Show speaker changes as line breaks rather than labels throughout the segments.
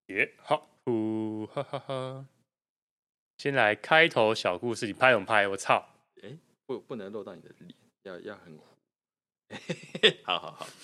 耶，好，呼哈哈哈。先来开头小故事，你拍我拍，我操！
不能露到你的脸，要很糊。好，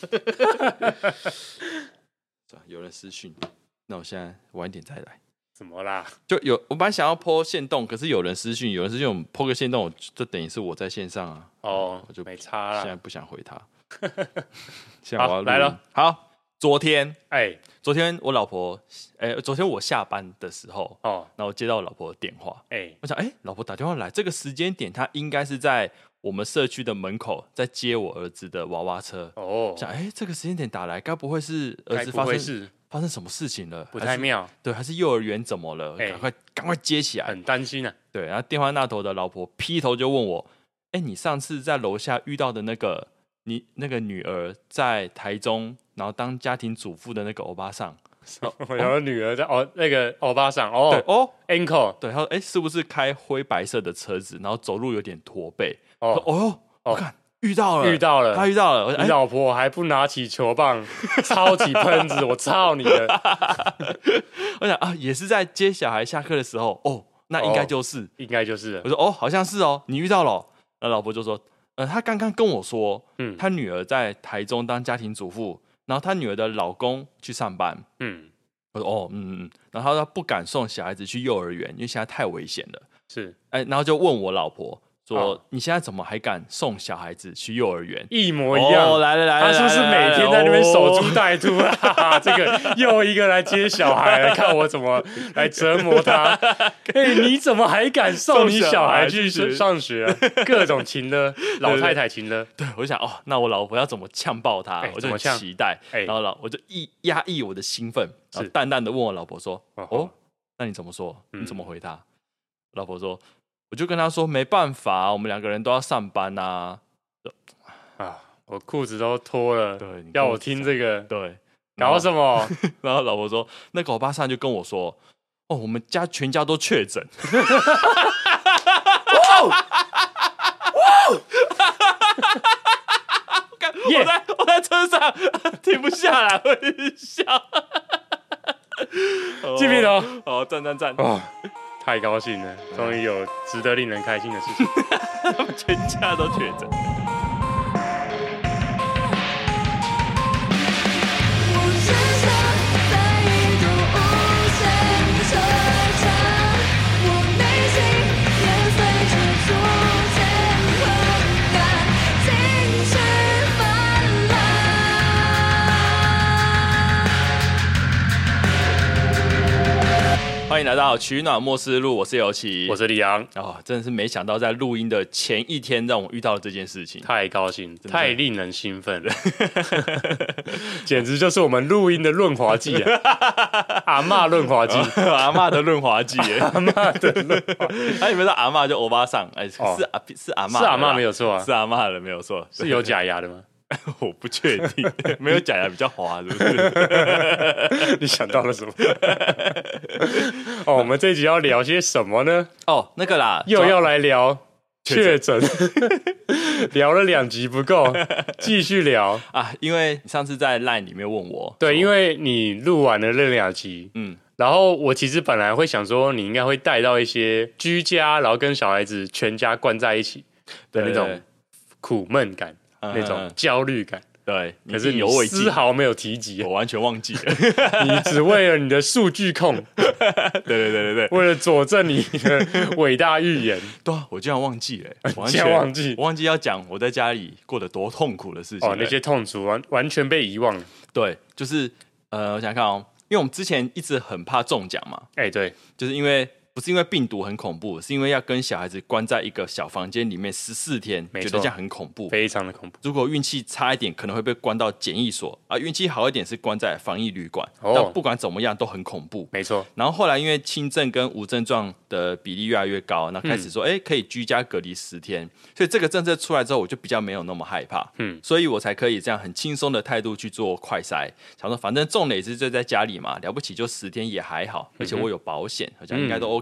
有人私讯，那我现在晚一点再来。
怎么啦？
我本来想要 po 限动，可是有人私讯，我们 po 个限动，就等于是我在线上啊。
哦，
我就
没差啦。
现在不想回他。现在我要
来了。
好，昨天我老婆，昨天我下班的时候，然后我接到我老婆的电话，我想，老婆打电话来，这个时间点，她应该是在我们社区的门口在接我儿子的娃娃车。想，这个时间点打来，该不会是儿子发生什么事情了？
不太妙。
对，还是幼儿园怎么了？赶快接起来，
很担心啊。
对，然后电话那头的老婆劈头就问我，你上次在楼下遇到的你那个女儿在台中，然后当家庭主妇的那个欧巴桑，
我有女儿在那个欧巴桑
对
，ankle，
对，他说是不是开灰白色的车子，然后走路有点驼背？我看遇到了，他遇到了，
你老婆还不拿起球棒，抄起喷子，我操你的！
我想也是在接小孩下课的时候，那应该就是，我说好像是你遇到了，那老婆就说。他刚刚跟我说，他女儿在台中当家庭主妇，然后他女儿的老公去上班，我说然后他不敢送小孩子去幼儿园，因为现在太危险了，
是，
然后就问我老婆说，你现在怎么还敢送小孩子去幼儿园？
一模一样，
来了，
他是不是每天在那边守株待兔啊？这个又一个来接小孩了，看我怎么来折磨他。你怎么还敢送你小孩去上学啊？各种情勒，老太太情勒。
对，我想那我老婆要怎么呛爆他？我就很期待。然后我就压抑我的兴奋，然后淡淡的问我老婆说：“那你怎么说？你怎么回他？”老婆说。我就跟他说没办法，我们两个人都要上班啊！
我裤子都脱了，对，要我听这个，
对，
搞什么？
然后老婆说，那个欧巴桑就跟我说，我们家全家都确诊。我在车上停不下来，我一直笑。
记不记得？
赞！
太高兴了，终于有值得令人开心的事情。
全家都确诊。欢迎来到取暖末世录，我是尤其，
我是李阳。
真的是没想到在录音的前一天让我遇到了这件事情，
太高兴，太令人兴奋了，简直就是我们录音的润滑剂啊！阿嬷润滑剂，
阿嬷的润滑剂，
阿嬷的润滑剂。
你们说阿嬷就欧巴桑，是阿嬷，
是阿嬷没有错啊，
是阿嬷的没有错，
是有假牙的吗？
我不确定，没有假牙比较滑，是不是？
你想到了什么？我们这一集要聊些什么呢？
那个啦，
又要来聊确诊，聊了2集不够，继续聊
啊！因为你上次在 LINE 里面问我，
对，因为你录完了这2集，然后我其实本来会想说，你应该会带到一些居家，然后跟小孩子全家关在一起的那种苦闷感。那种焦虑感，
对，
可是你丝毫没有提及，
我完全忘记了。
你只为了你的数据控，
对，
为了佐证你的伟大预言，
对啊，我竟然忘记了，
我忘记
要讲我在家里过得多痛苦的事情。
那些痛楚完全被遗忘了。
对，就是我想想看因为我们之前一直很怕中奖嘛，
对，
就是不是因为病毒很恐怖，是因为要跟小孩子关在一个小房间里面14天，觉得这样很恐怖，
非常的恐怖。
如果运气差一点，可能会被关到检疫所运气好一点是关在防疫旅馆。但不管怎么样都很恐怖，
没错。
然后后来因为轻症跟无症状的比例越来越高，那开始说可以居家隔离10天，所以这个政策出来之后，我就比较没有那么害怕，所以我才可以这样很轻松的态度去做快筛，想说反正中了也是就在家里嘛，了不起就10天也还好，而且我有保险，好像应该都 OK。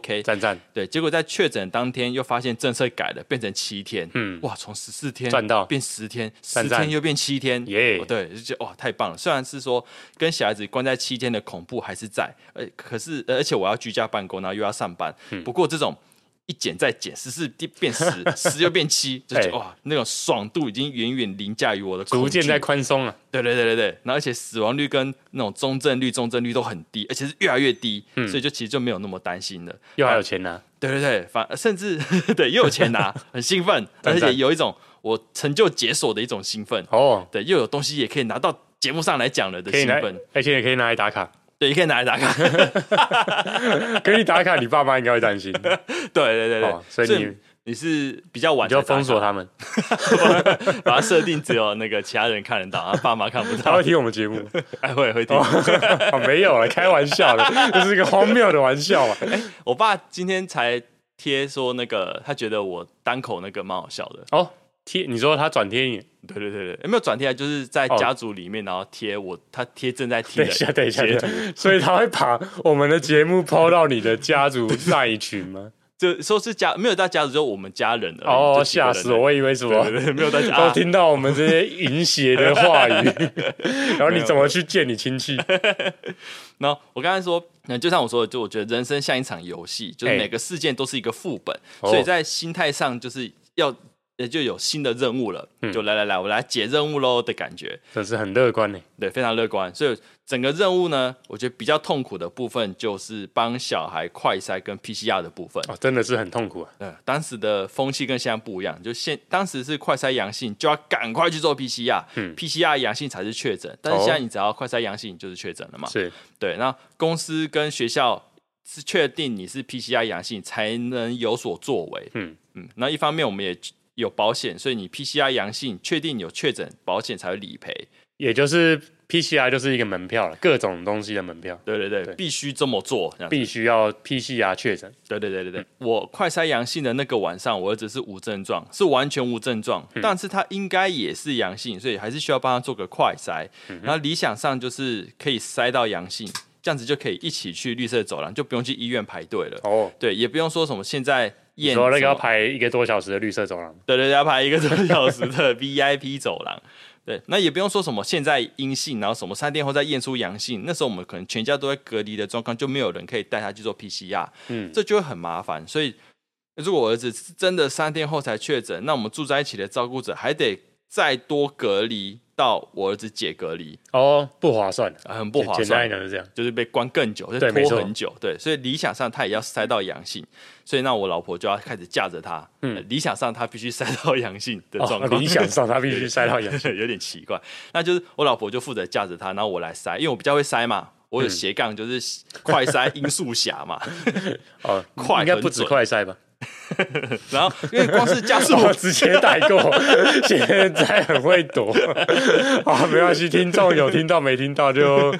OK，
赞。
对，结果在确诊当天又发现政策改了，变成7天，哇，从14天
赚到
变10天，10天又变7天，
耶，
对，就觉得哇太棒了。虽然是说跟小孩子关在7天的恐怖还是在，可是而且我要居家办公，然后又要上班，不过这种一减再减，14变10，10又变7，就觉得哇，那种爽度已经远远凌驾于我的恐惧，
逐渐在宽松了。
对，然后而且死亡率跟那种重症率都很低，而且是越来越低，所以就其实就没有那么担心了。
又还有钱拿，
对，甚至对又有钱拿，很兴奋，而且有一种我成就解锁的一种兴奋哦。对，又有东西也可以拿到节目上来讲了的兴奋，
而且也可以拿来打卡。
对，也可以拿来打卡。
可以打卡，你爸妈应该会担心。
对，
所以
你是比较晚，
你就封锁他们，
把它设定只有那个其他人看得到，爸妈看不到。
他会听我们节目，
会听。
没有了，开玩笑的，这是一个荒谬的玩笑嘛。
我爸今天才贴说那个，他觉得我单口那个蛮好笑的
哦。你说他转贴你？
对，有没有转贴？就是在家族里面，然后他贴正在贴的截图，
所以他会把我们的节目抛到你的家族那一群吗？
就说是没有到家族，就我们家人
哦，吓死我！我以为什么
没有到家
都听到我们这些淫邪的话语，然后你怎么去见你亲戚？
然后我刚才说，就像我说的，就我觉得人生像一场游戏，就是每个事件都是一个副本，所以在心态上就是就有新的任务了，就来，我来解任务喽的感觉，
真是很乐观呢。
对，非常乐观。所以整个任务呢，我觉得比较痛苦的部分就是帮小孩快筛跟 PCR 的部分。
哦，真的是很痛苦啊。
当时的风气跟现在不一样，就当时是快筛阳性就要赶快去做 PCR，PCR 阳性才是确诊。但是现在你只要快筛阳性就是确诊了嘛。
是，
对。那公司跟学校是确定你是 PCR 阳性才能有所作为。那一方面我们也有保险，所以你 PCR 阳性，确定有确诊，保险才会理赔。
也就是 PCR 就是一个门票了，各种东西的门票。
对，必须这么做，
必须要 PCR 确诊。
对。我快筛阳性的那个晚上，我儿子是无症状，是完全无症状，但是他应该也是阳性，所以还是需要帮他做个快筛。然后理想上就是可以筛到阳性，这样子就可以一起去绿色走廊，就不用去医院排队了。哦，对，也不用说什么现在。
你说那个要排1个多小时的绿色走廊，
对，要排1个多小时的 VIP 走廊，对，那也不用说什么现在阴性，然后什么3天后再验出阳性，那时候我们可能全家都在隔离的状况，就没有人可以带他去做 PCR，这就会很麻烦。所以如果我儿子是真的3天后才确诊，那我们住在一起的照顾者还得再多隔离到我儿子解隔离
哦，不划算，
很不划算。
简单一点是这样，
就是被关更久，就拖很久。对，所以理想上他也要筛到阳性，所以那我老婆就要开始架着他。理想上他必须筛到阳性的状况。
理想上他必须筛到阳性，
有点奇怪。那就是我老婆就负责架着他，然后我来筛，因为我比较会筛嘛。我有斜杠，就是快筛音速侠嘛。
哦，快应该不止快筛吧？
然后因为光是加速
我直接带过，现在很会躲。好，没关系，听众有听到没听到就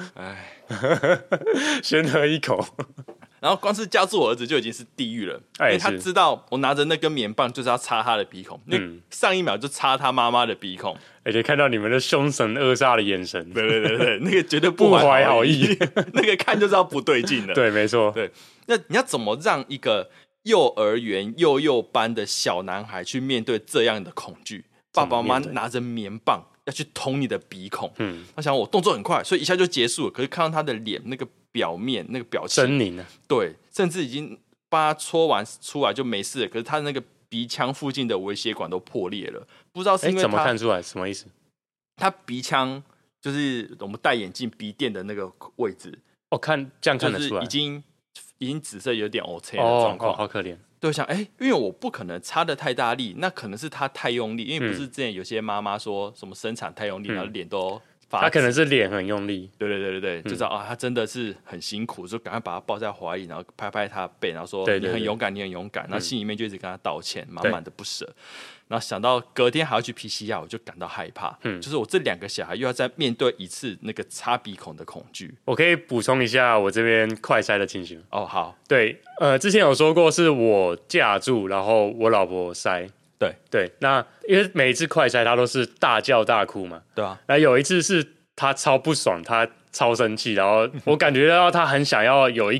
先喝一口。
然后光是加速我儿子就已经是地狱了，因为他知道我拿着那根棉棒就是要插他的鼻孔，上一秒就插他妈妈的鼻孔，
而且看到你们的凶神恶煞的眼神，
对，那个绝对
不怀好意，
那个看就知道不对劲了。
对，没错。
对，那你要怎么让一个幼儿园幼班的小男孩去面对这样的恐惧？爸爸妈妈拿着棉棒要去捅你的鼻孔，他想我动作很快，所以一下就结束了。可是看到他的脸那个表面那个表情，
狰狞啊，
对，甚至已经把他戳完出来就没事了。可是他那个鼻腔附近的微血管都破裂了，不知道是因为
怎么看出来？什么意思？
他鼻腔就是我们戴眼镜鼻垫的那个位置，
这样看得出来，
就是已经紫色有点 OK 的状况，
好可怜。
对，我想因为我不可能插的太大力，那可能是他太用力，因为不是之前有些妈妈说什么生产太用力，然后脸都发紫，
他可能是脸很用力。
对，就知道他真的是很辛苦，就赶快把他抱在怀里，然后拍拍他背，然后说你很勇敢，你很勇敢，然后心里面就一直跟他道歉，满满的不舍。然后想到隔天还要去 PCR， 我就感到害怕。就是我这2个小孩又要再面对一次那个插鼻孔的恐惧。
我可以补充一下我这边快筛的情形。
哦，好。
对，之前有说过是我架住，然后我老婆筛。对，那因为每一次快筛他都是大叫大哭嘛。
对啊。
那有一次是他超不爽，他超生气，然后我感觉到他很想要有一口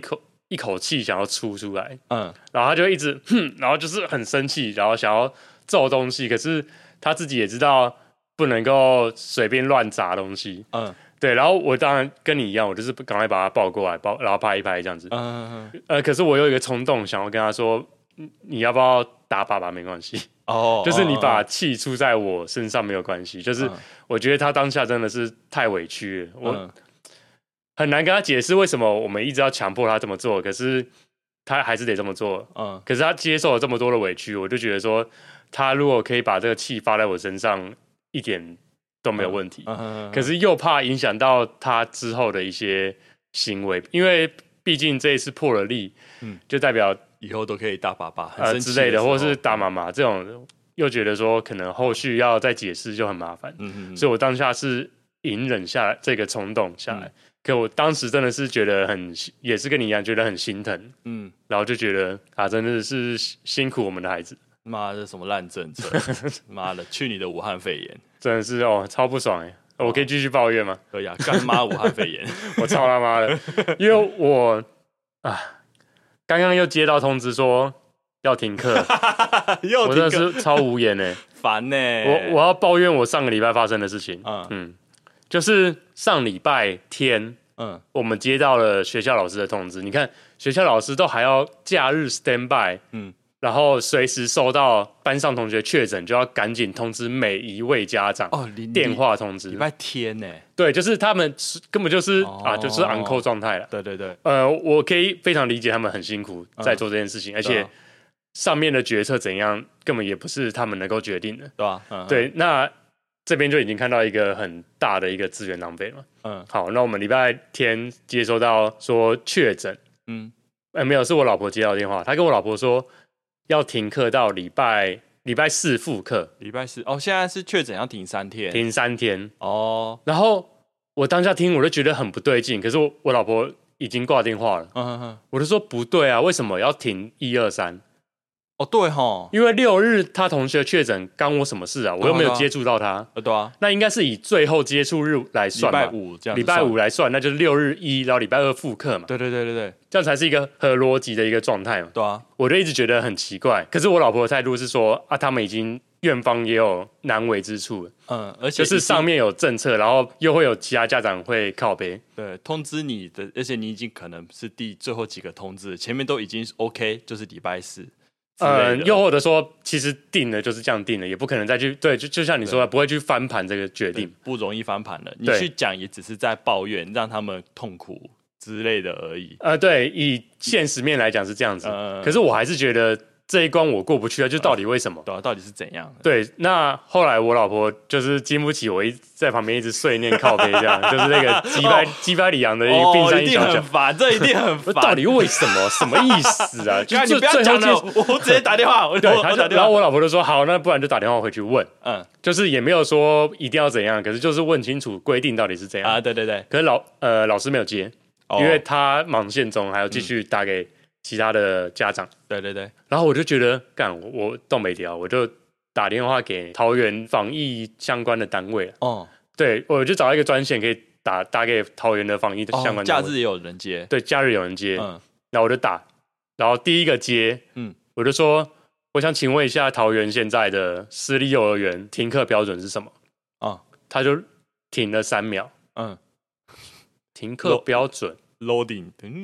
一口气想要出来，然后他就一直然后就是很生气，然后想要揍东西，可是他自己也知道不能够随便乱砸东西，对，然后我当然跟你一样，我就是赶快把他抱过来，然后拍一拍这样子，可是我有一个冲动，想要跟他说，你要不要打爸爸没关系，就是你把气出在我身上没有关系，就是我觉得他当下真的是太委屈了，我很难跟他解释为什么我们一直要强迫他这么做，可是他还是得这么做，可是他接受了这么多的委屈，我就觉得说，他如果可以把这个气发在我身上，一点都没有问题，可是又怕影响到他之后的一些行为，因为毕竟这一次破了例，就代表
以后都可以打爸爸
之类的，或是打妈妈这种，又觉得说可能后续要再解释就很麻烦，所以我当下是隐忍下来这个冲动下来，可我当时真的是觉得也是跟你一样觉得很心疼，然后就觉得真的是辛苦我们的孩子。
妈的，什么烂政策！妈的，去你的武汉肺炎！
真的是超不爽哎！我可以继续抱怨吗？
可以啊，干妈武汉肺炎！
我操他妈的！因为我刚刚又接到通知说要停课，我真的是超无言哎，
烦呢！
我要抱怨我上个礼拜发生的事情，就是上礼拜天，我们接到了学校老师的通知，你看学校老师都还要假日 stand by，然后随时收到班上同学确诊，就要赶紧通知每一位家长，电话通知。
礼拜天呢？
对，就是他们根本就是就是 on call 状态了。
对对对。
我可以非常理解他们很辛苦在做这件事情，而且上面的决策怎样，根本也不是他们能够决定的，对吧？对，那这边就已经看到一个很大的一个资源浪费嘛。好，那我们礼拜天接收到说确诊，没有，是我老婆接到电话，她跟我老婆说。要停课到礼拜四复课，
礼拜四现在是确诊要停3天，
停3天然后我当下听我就觉得很不对劲，可是我老婆已经挂电话了，我就说不对啊，为什么要停1、2、3？
对齁，
因为6日他同学确诊，干我什么事啊？我又没有接触到他。
对啊，
那应该是以最后接触日来算嘛，礼拜五来算，那就是6日1，然后礼拜2复课嘛。
对，
这样才是一个合逻辑的一个状态嘛。
对啊，
我就一直觉得很奇怪。可是我老婆的态度是说他们已经院方也有难为之处了。
而且
就是上面有政策，然后又会有其他家长会靠背，
对，通知你的，而且你已经可能是最后几个通知，前面都已经 OK， 就是礼拜4。
又或者说，其实定了就是这样定了，也不可能再去就像你说的，不会去翻盘这个决定，
不容易翻盘了。你去讲也只是在抱怨，让他们痛苦之类的而已。
对，以现实面来讲是这样子，可是我还是觉得这一关我过不去啊，就到底为什么？
对啊，到底是怎样？
对，那后来我老婆就是经不起我在旁边一直碎念靠背这样，就是那个鸡掰里昂的一个病山一小角，
这一定很烦。
到底为什么？什么意思啊？就
你不要讲了，我直接打电话。
对，然后我老婆就说好，那不然就打电话回去问。就是也没有说一定要怎样，可是就是问清楚规定到底是怎样
啊？对。
可是老师没有接，因为他忙线中，还要继续打给其他的家长。
对。
然后我就觉得我动没掉，我就打电话给桃园防疫相关的单位。对，我就找到一个专线可以打给桃园的防疫的相关单位。
假日也有人接。
对，假日有人接。然后我就打，然后第一个接，我就说，我想请问一下桃园现在的私立幼儿园停课标准是什么？他就停了3秒。停课标准
loading。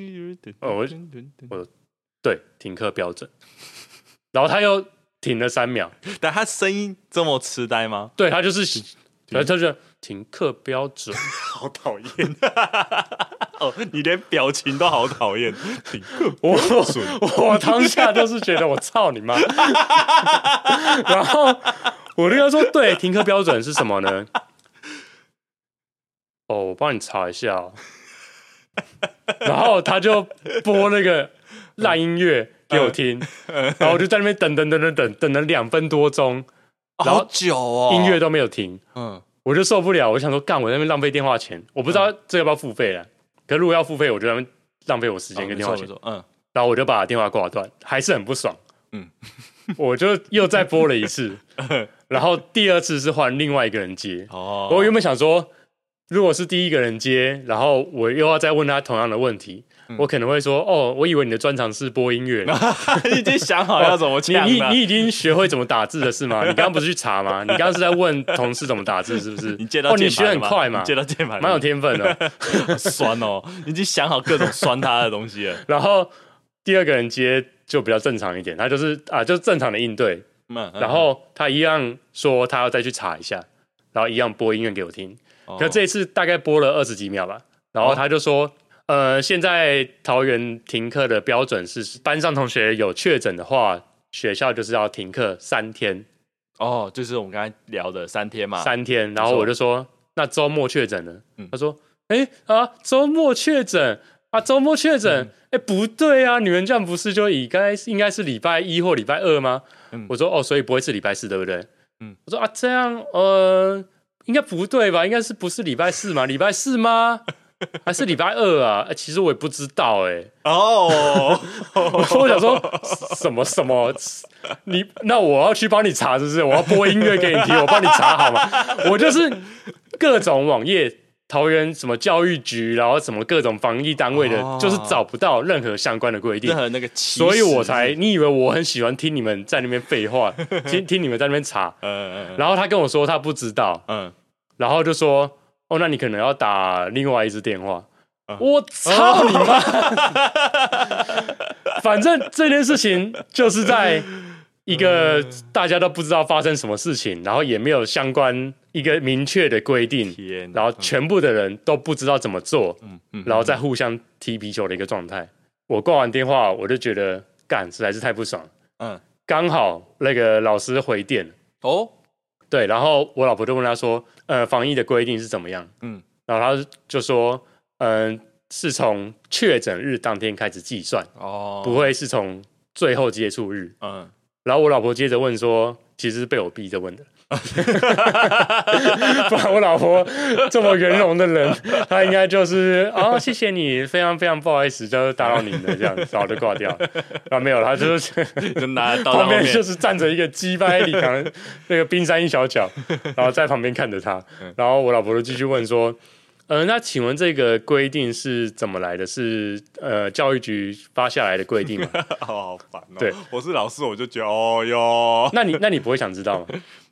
对，停课标准。然后他又停了3秒，
但他声音这么痴呆吗？
对，他就是停课标准，
好讨厌。你连表情都好讨厌。停课标准，
我当下就是觉得我操你妈。然后我就跟他说，对，停课标准是什么呢？我帮你查一下。然后他就播那个烂音乐给我听，然后我就在那边等了2分多钟，
好久哦，
音乐都没有停。我就受不了，我想说干，我在那边浪费电话钱，我不知道这要不要付费了。可是如果要付费，我就在那边浪费我时间跟电话钱。然后我就把电话挂断，还是很不爽。我就又再播了一次，然后第2次是换另外一个人接。我原本想说，如果是第一个人接，然后我又要再问他同样的问题， 我可能会说哦，我以为你的专长是播音乐，
你已经想好要怎么讲了。
你已经学会怎么打字了是吗？你刚刚不是去查吗？你刚刚是在问同事怎么打字是不是？
你接到键盘了吗？
你学很快嘛？
接到键盘，
蛮有天分的。
酸哦，你已经想好各种酸他的东西了。
然后第二个人接就比较正常一点，他就是就是正常的应对。然后他一样说他要再去查一下，然后一样播音乐给我听。可这一次大概播了20几秒吧，然后他就说，现在桃园停课的标准是班上同学有确诊的话，学校就是要停课3天。
哦，就是我们刚才聊的3天嘛。
3天，然后我就说，那周末确诊呢？他说，周末确诊啊，周末确诊，不对啊，你们这样不是就应该是礼拜1或礼拜2吗？我说所以不会是礼拜4，对不对？我说这样应该不对吧？应该是不是礼拜4吗？礼拜4吗？还是礼拜2啊？其实我也不知道我想说什么那我要去帮你查，是不是？我要播音乐给你听，我帮你查好吗？我就是各种网页。桃园什么教育局，然后什么各种防疫单位的，就是找不到任何相关的规定，
任何那个，
所以我才你以为我很喜欢听你们在那边废话，听你们在那边查，然后他跟我说他不知道，然后就说那你可能要打另外一支电话，我操你妈！反正这件事情就是在一个大家都不知道发生什么事情，然后也没有相关一个明确的规定，然后全部的人都不知道怎么做，然后再互相踢皮球的一个状态。我挂完电话，我就觉得实在是太不爽了。刚好那个老师回电对，然后我老婆就问他说，防疫的规定是怎么样？然后他就说，是从确诊日当天开始计算，不会是从最后接触日。然后我老婆接着问说，其实是被我逼着问的。不然我老婆这么圆融的人，她应该就是谢谢你，非常非常不好意思，就是打扰您的这样，然后就挂掉。然后没有，她就是
拿到
旁边就是站着一个鸡掰李扛那个冰山一小角，然后在旁边看着他。然后我老婆就继续问说，那请问这个规定是怎么来的？是教育局发下来的规定吗？
好烦哦！
对，
我是老师，我就觉得
那你不会想知道吗？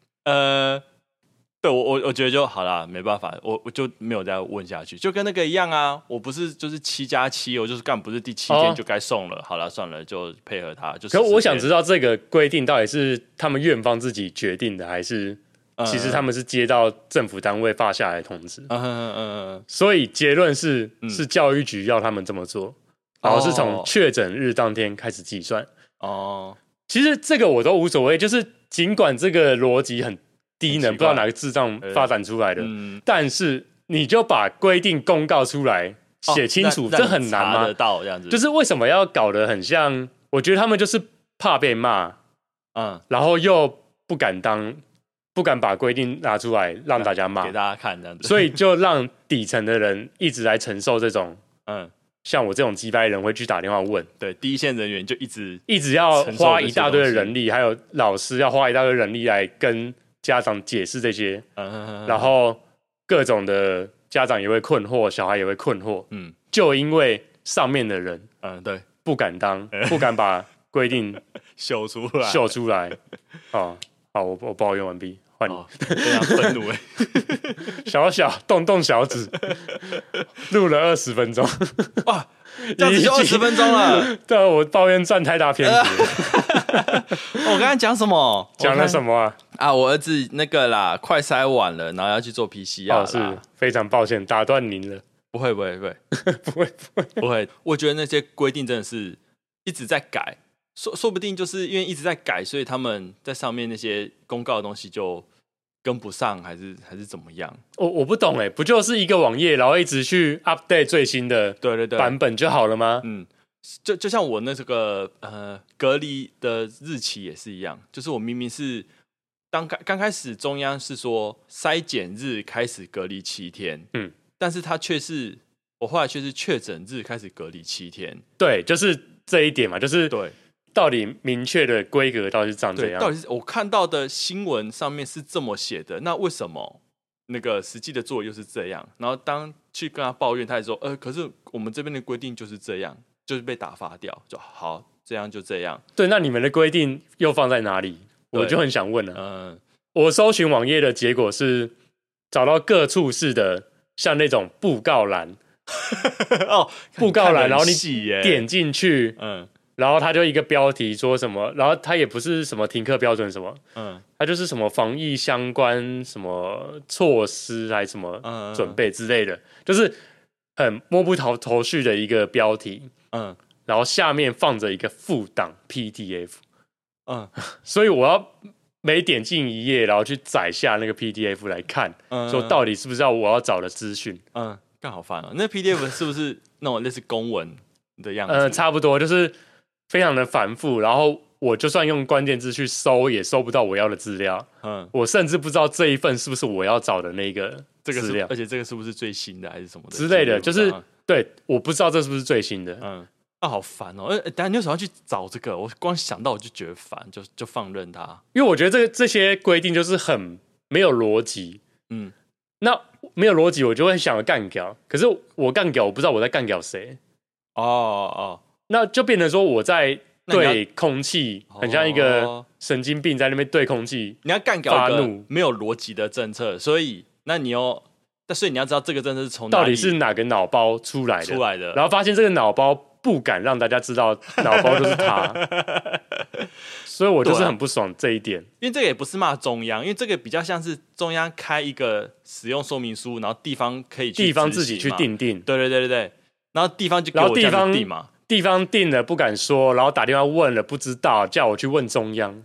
对我觉得就好啦，没办法，我就没有再问下去，就跟那个一样啊。我不是就是7+7，我就是不是第7天就该送了。好了，算了，就配合他。
可我想知道这个规定到底是他们院方自己决定的，还是其实他们是接到政府单位发下来的通知？所以结论是教育局要他们这么做，然后是从确诊日当天开始计算。其实这个我都无所谓，就是尽管这个逻辑很低能，不知道哪个智障发展出来的，但是你就把规定公告出来，写清楚，这很难吗？
查得到这样子，
就是为什么要搞得很像？我觉得他们就是怕被骂，然后又不敢把规定拿出来让大家骂，
给大家看这样子，
所以就让底层的人一直来承受这种，像我这种鸡掰人会去打电话问，
对，第一线人员就一直
要花一大堆的人力，还有老师要花一大堆人力来跟家长解释这些，然后各种的家长也会困惑，小孩也会困惑，就因为上面的人，
对，
不敢把规定
秀出
来，好，我抱怨完毕。换你，
非常愤怒
动小指，录了20分钟，
哇，这样子就20分钟了。
对，我抱怨占太大篇幅。
我刚才讲什么？
讲了什么
啊？我儿子那个啦，快筛完了，然后要去做 PCR 啦。
是非常抱歉，打断您了。
不会，不会。我觉得那些规定真的是一直在改。说不定就是因为一直在改，所以他们在上面那些公告的东西就跟不上，还是怎么样？
我不懂不就是一个网页，然后一直去 update 最新的版本就好了吗？
就像我那个隔离的日期也是一样，就是我明明是刚开始中央是说筛检日开始隔离7天，但是我后来却是确诊日开始隔离7天。对，
就是这一点嘛，就是对。到底明确的规格到底是长怎样？
到底是我看到的新闻上面是这么写的，那为什么那个实际的做又是这样？然后当去跟他抱怨，他也说可是我们这边的规定就是这样，就是被打发掉，就好，这样就这样。
对，那你们的规定又放在哪里？我就很想问了。我搜寻网页的结果是找到各处室的像那种布告栏布告栏，然后你点进去，然后他就一个标题说什么，然后他也不是什么停课标准什么，他就是什么防疫相关什么措施还是什么准备之类的，就是很摸不着头绪的一个标题，然后下面放着一个附档 PDF，所以我要每点进一页，然后去载下那个 PDF 来看，说到底是不是我要找的资讯，
干好烦哦。那 PDF 是不是那种类似公文的样子？
差不多，就是非常的繁复，然后我就算用关键字去搜，也搜不到我要的资料。我甚至不知道这一份是不是我要找的那个资料，
而且这个是不是最新的还是什么的
之类的，就是对，我不知道这是不是最新的。
好烦哦！等下你为什么要去找这个？我光想到我就觉得烦，就放任它。
因为我觉得这些规定就是很没有逻辑。那没有逻辑，我就会想干掉。可是我干掉，我不知道我在干掉谁。那就变成说我在对空气，很像一个神经病在那边对空气。
你要干掉一个没有逻辑的政策，所以你要知道这个政策是从
到底是哪个脑包出来的，然后发现这个脑包不敢让大家知道脑包就是他，所以我就是很不爽这一点。
因为这个也不是骂中央，因为这个比较像是中央开一个使用说明书，然后地方可以去
地方自己去订。
对，然后地方就给我这样子订嘛。
地方订了不敢说，然后打电话问了不知道，叫我去问中央。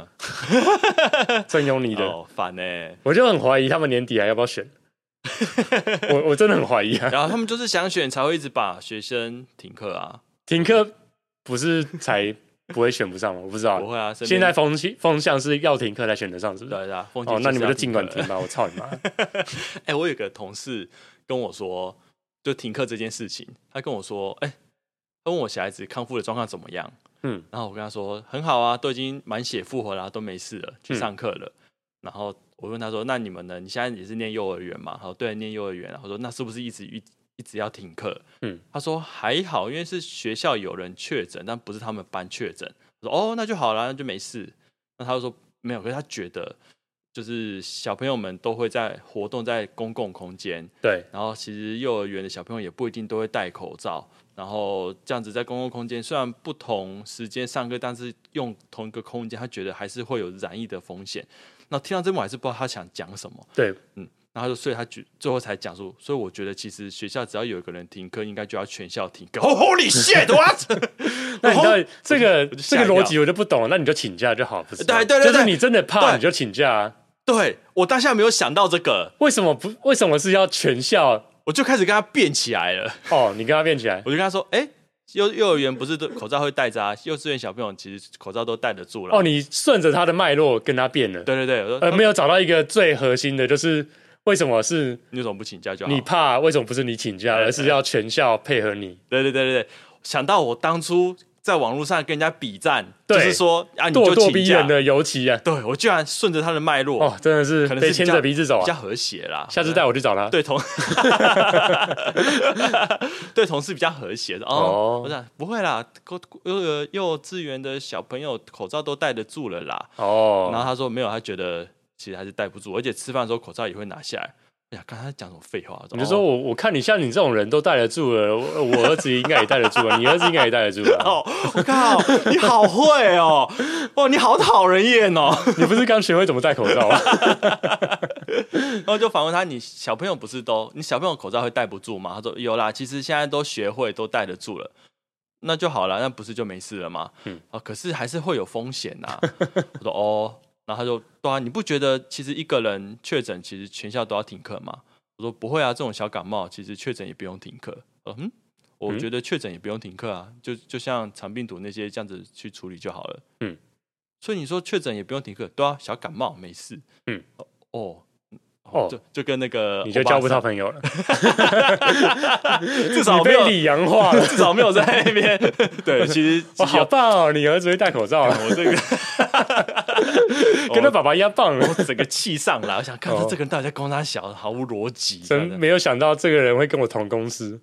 真有你的，
烦欸！
我就很怀疑他们年底还要不要选。我真的很怀疑啊。
然后他们就是想选才会一直把学生停课啊。
停课不是才不会选不上吗？我不知道。
不会啊。
现在风向是要停课才选得上，是不是？
对啊。
那你们就尽管停吧，我操你妈！
我有个同事跟我说，就停课这件事情，他跟我说，他问我小孩子康复的状况怎么样？然后我跟他说很好啊，都已经满血复活了，都没事了，去上课了。然后我问他说：“那你们呢？你现在也是念幼儿园嘛？”他说：“对，念幼儿园。”我说：“那是不是一直要停课？”他说：“还好，因为是学校有人确诊，但不是他们班确诊。”我说：“哦，那就好了，那就没事。”那他就说：“没有，可是他觉得就是小朋友们都会在活动在公共空间，
对，
然后其实幼儿园的小朋友也不一定都会戴口罩。”然后这样子在公共空间，虽然不同时间上课，但是用同一个空间，他觉得还是会有染疫的风险。那听到这幕，我还是不知道他想讲什么。
对，
然后所以他最后才讲述，所以我觉得其实学校只要有一个人停课，应该就要全校停课。Holy shit！
那你到底这个逻辑我就不懂了，那你就请假就好，不是？
对，
就是你真的怕你就请假啊。
对，我当下没有想到这个，
为什么是要全校？
我就开始跟他辩起来了。
你跟他辩起来，
我就跟他说：“幼儿园不是口罩会戴着啊？幼稚园小朋友其实口罩都戴得住了。”
你顺着他的脉络跟他辩了。
对，我说
没有找到一个最核心的，就是为什么是
你为什么不请假就好？
你怕为什么不是你请假，而是要全校配合你？
对，想到我当初在网络上跟人家比战，就是说你就
咄咄
请假
逼人的尤其啊，
对我居然顺着他的脉络，
真的是被牵着鼻子走啊，
比较和谐啦。
下次带我去找他，
对同事比较和谐的我想不会啦，幼稚园的小朋友口罩都戴得住了啦。然后他说没有，他觉得其实还是戴不住，而且吃饭的时候口罩也会拿下来。刚才讲什么废话？
你就说我看你像你这种人都戴得住了，我儿子应该也戴得住了，你儿子应该也戴得住了。
我靠，你好会哦！你好讨人厌哦！
你不是刚学会怎么戴口罩吗？
然后就反问他：你小朋友不是你小朋友口罩会戴不住吗？他说有啦，其实现在都学会都戴得住了，那就好了，那不是就没事了吗？可是还是会有风险呐。我说然后他就对啊，你不觉得其实一个人确诊，其实全校都要停课吗？我说不会啊，这种小感冒其实确诊也不用停课。我觉得确诊也不用停课啊，就像肠病毒那些这样子去处理就好了。所以你说确诊也不用停课，对啊，小感冒没事。 就跟那个
你就交不到朋友了，
至少没有
被里洋化了，
至少没有在那边。对，其实
好棒哦，你儿子会戴口罩，
我这个
跟他爸爸一样棒，
我整个气上来，我想看这个人到底在攻他小，毫无逻辑，
真没有想到这个人会跟我同公司。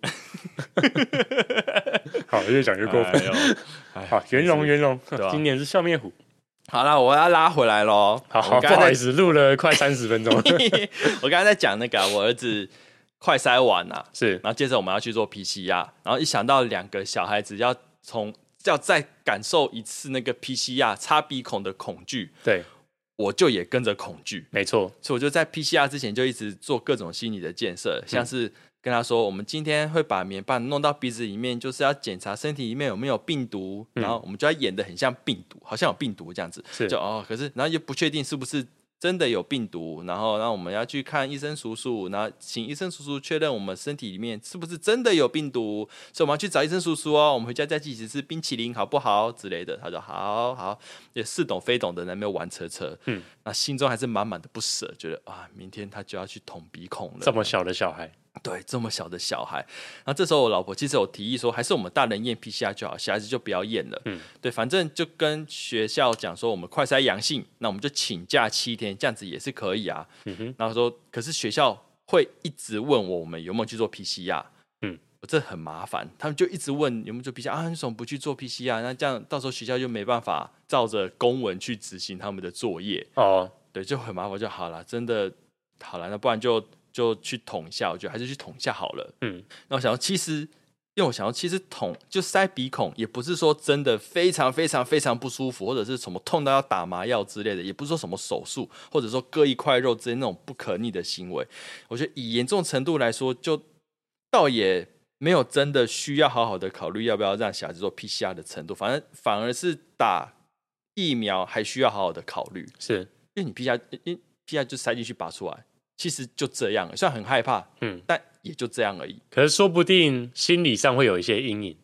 好，越讲越过分。好，圆融，今年是笑面虎。
好了，我要拉回来咯。
好，不好意思，录了快30分钟。
我刚才在讲那个我儿子快筛完了，
是，
然后接着我们要去做 PCR， 然后一想到2个小孩子要再感受一次那个 PCR 插鼻孔的恐惧，
对，
我就也跟着恐惧，
没错。
所以我就在 PCR 之前就一直做各种心理的建设，像是跟他说，我们今天会把棉棒弄到鼻子里面，就是要检查身体里面有没有病毒，然后我们就要演得很像病毒，好像有病毒这样子，就可是然后又不确定是不是真的有病毒，然后我们要去看医生叔叔，然后请医生叔叔确认我们身体里面是不是真的有病毒，所以我们要去找医生叔叔哦，我们回家再一起吃冰淇淋好不好之类的。他说好，也似懂非懂的在那边玩车，那心中还是满满的不舍，觉得明天他就要去捅鼻孔了，
这么小的小孩。
对，这么小的小孩，然后这时候我老婆其实有提议说，还是我们大人验 PCR 就好，小孩子就不要验了。对，反正就跟学校讲说，我们快筛阳性，那我们就请假7天，这样子也是可以啊。然后说，可是学校会一直问我们有没有去做 PCR，这很麻烦，他们就一直问有没有做 PCR 你怎么不去做 PCR？那这样到时候学校就没办法照着公文去执行他们的作业。对，就很麻烦，就好了，真的好了，那不然就去捅一下，我觉得还是去捅一下好了。那我想到其实捅就塞鼻孔，也不是说真的非常非常非常不舒服，或者是什么痛到要打麻药之类的，也不是说什么手术，或者说割一块肉之类那种不可逆的行为。我觉得以严重程度来说，就倒也没有真的需要好好的考虑要不要让小孩子做 PCR 的程度，反而是打疫苗还需要好好的考虑，
是
因为你 PCR 就塞进去拔出来。其实就这样，虽然很害怕，但也就这样而已。
可是说不定心理上会有一些阴影。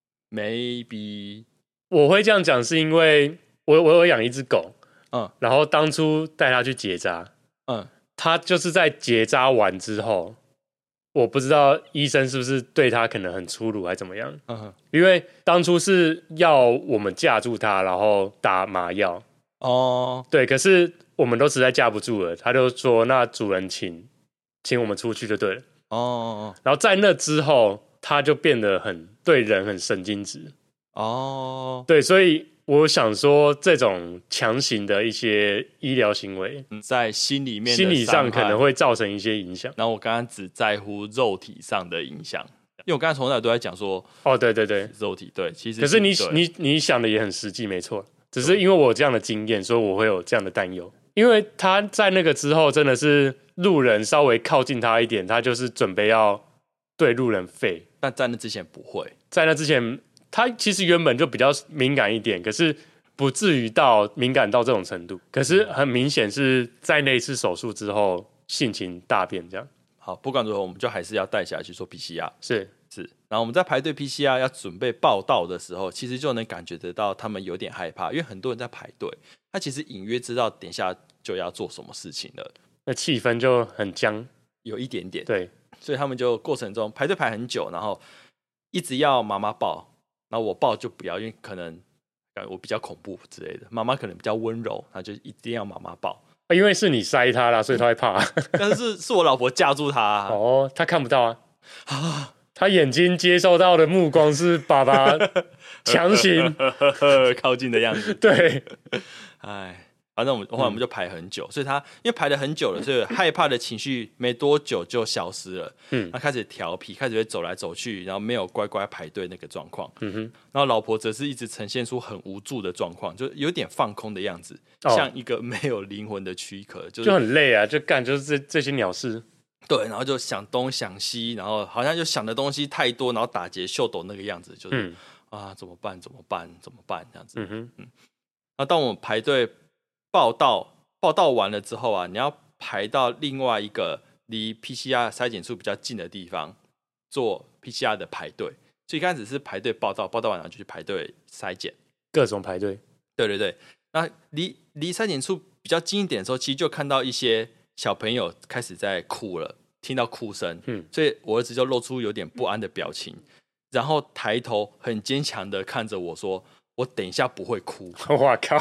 Maybe
我会这样讲，是因为我有养一只狗，然后当初带它去结扎，它就是在结扎完之后，我不知道医生是不是对它可能很粗鲁还怎么样，因为当初是要我们架住它，然后打麻药。对，可是我们都实在架不住了，他就说那主人请我们出去就对了。然后在那之后，他就变得对人很神经质。对，所以我想说，这种强行的一些医疗行为，
在心理
上可能会造成一些影响。
然后我刚刚只在乎肉体上的影响，因为我刚才从来都在讲说，
对，
肉体对，其实
可是你想的也很实际，没错。只是因为我有这样的经验，所以我会有这样的担忧。因为他在那个之后，真的是路人稍微靠近他一点，他就是准备要对路人吠。
但在那之前不会，
在那之前，他其实原本就比较敏感一点，可是不至于到敏感到这种程度。可是很明显是在那一次手术之后，性情大变这样。
好，不管如何，我们就还是要带小孩去做 PCR。
是。
然后我们在排队 PCR 要准备报到的时候，其实就能感觉得到他们有点害怕，因为很多人在排队，他其实隐约知道等一下就要做什么事情了，
那气氛就很僵，
有一点点。
对，
所以他们就过程中排队排很久，然后一直要妈妈抱，然后我抱就不要，因为可能我比较恐怖之类的，妈妈可能比较温柔，他就一定要妈妈抱。
因为是你塞他啦，所以他会怕。
但是我老婆架住他。
他看不到啊。他眼睛接受到的目光是爸爸强行
靠近的样子。
对，
反正后来我们就排很久，所以他因为排了很久了，所以害怕的情绪没多久就消失了。他开始调皮，开始会走来走去，然后没有乖乖排队那个状况。然后老婆则是一直呈现出很无助的状况，就有点放空的样子，像一个没有灵魂的躯壳，就
很累啊，就是这些鸟事。
对，然后就想东想西，然后好像就想的东西太多，然后打结秀抖那个样子，就是怎么办这样子。然后当我们排队报到完了之后啊，你要排到另外一个离 PCR 筛检处比较近的地方做 PCR 的排队。所以刚开始是排队报到完了就去排队筛检，
各种排队。
对，那离筛检处比较近一点的时候，其实就看到一些小朋友开始在哭了，听到哭声，所以我儿子就露出有点不安的表情，然后抬头很坚强的看着我说：“我等一下不会哭。”
哇靠！